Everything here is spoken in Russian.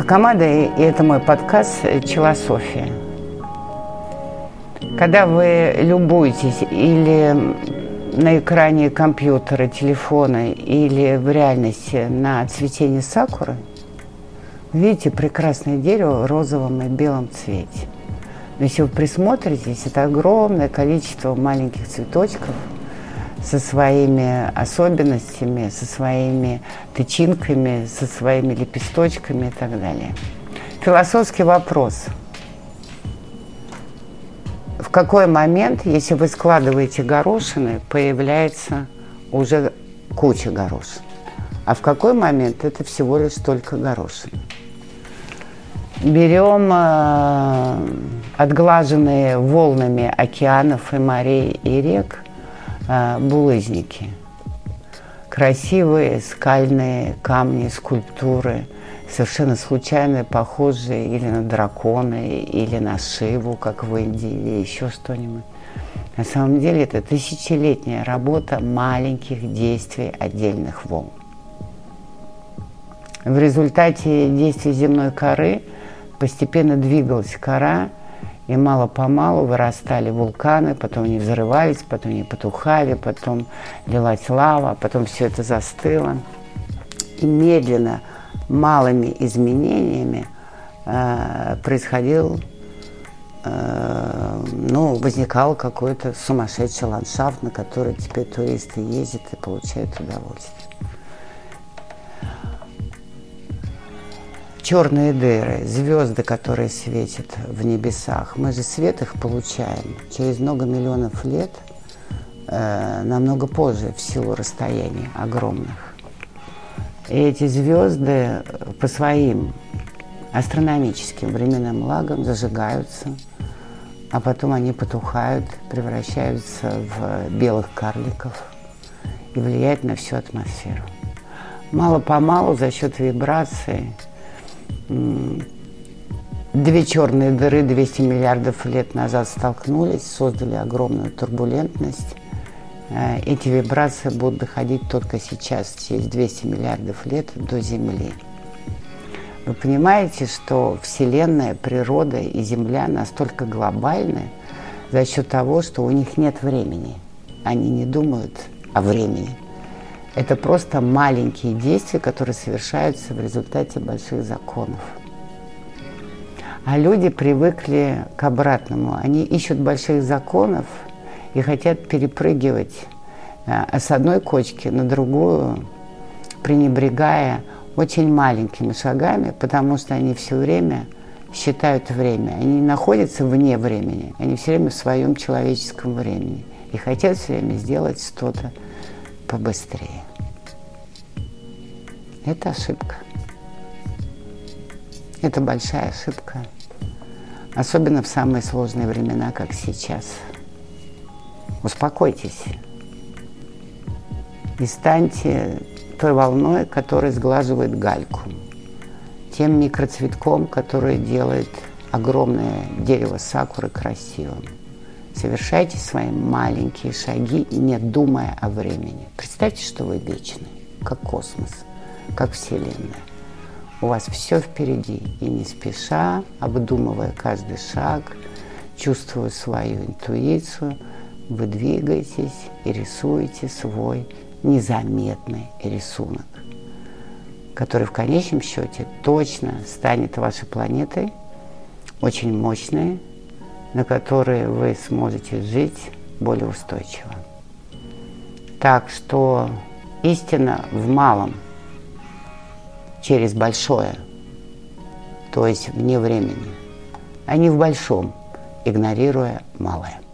команда, и это мой подкаст «Челософия». Когда вы любуетесь или на экране компьютера, телефона, или в реальности на цветение сакуры, видите прекрасное дерево в розовом и белом цвете. Но если вы присмотритесь, это огромное количество маленьких цветочков со своими особенностями, со своими тычинками, со своими лепесточками и так далее. Философский вопрос. В какой момент, если вы складываете горошины, появляется уже куча горошин? А в какой момент это всего лишь только горошины? Берем отглаженные волнами океанов и морей и рек булыжники. Красивые скальные камни, скульптуры, совершенно случайно похожие или на драконы, или на Шиву, как в Индии, или еще что-нибудь. На самом деле это тысячелетняя работа маленьких действий отдельных волн. В результате действий земной коры постепенно двигалась кора, и мало-помалу вырастали вулканы, потом они взрывались, потом они потухали, потом лилась лава, потом все это застыло. И медленно, малыми изменениями возникал какой-то сумасшедший ландшафт, на который теперь туристы ездят и получают удовольствие. Черные дыры, звезды, которые светят в небесах, мы же свет их получаем через много миллионов лет, намного позже, в силу расстояний огромных. И эти звезды по своим астрономическим временным лагам зажигаются, а потом они потухают, превращаются в белых карликов и влияют на всю атмосферу. Мало-помалу за счет вибрации две черные дыры 200 миллиардов лет назад столкнулись, создали огромную турбулентность. Эти вибрации будут доходить только сейчас, через 200 миллиардов лет до Земли. Вы понимаете, что Вселенная, природа и Земля настолько глобальны за счет того, что у них нет времени. Они не думают о времени. Это просто маленькие действия, которые совершаются в результате больших законов. А люди привыкли к обратному. Они ищут больших законов и хотят перепрыгивать с одной кочки на другую, пренебрегая очень маленькими шагами, потому что они все время считают время. Они не находятся вне времени, они все время в своем человеческом времени и хотят все время сделать что-то побыстрее. Это ошибка. Это большая ошибка. Особенно в самые сложные времена, как сейчас. Успокойтесь. И станьте той волной, которая сглаживает гальку. Тем микроцветком, который делает огромное дерево сакуры красивым. Совершайте свои маленькие шаги, не думая о времени. Представьте, что вы вечны, как космос, как Вселенная. У вас все впереди, и не спеша, обдумывая каждый шаг, чувствуя свою интуицию, вы двигаетесь и рисуете свой незаметный рисунок, который в конечном счете точно станет вашей планетой, очень мощной, на которой вы сможете жить более устойчиво. Так что истина в малом через большое, то есть вне времени, а не в большом, игнорируя малое.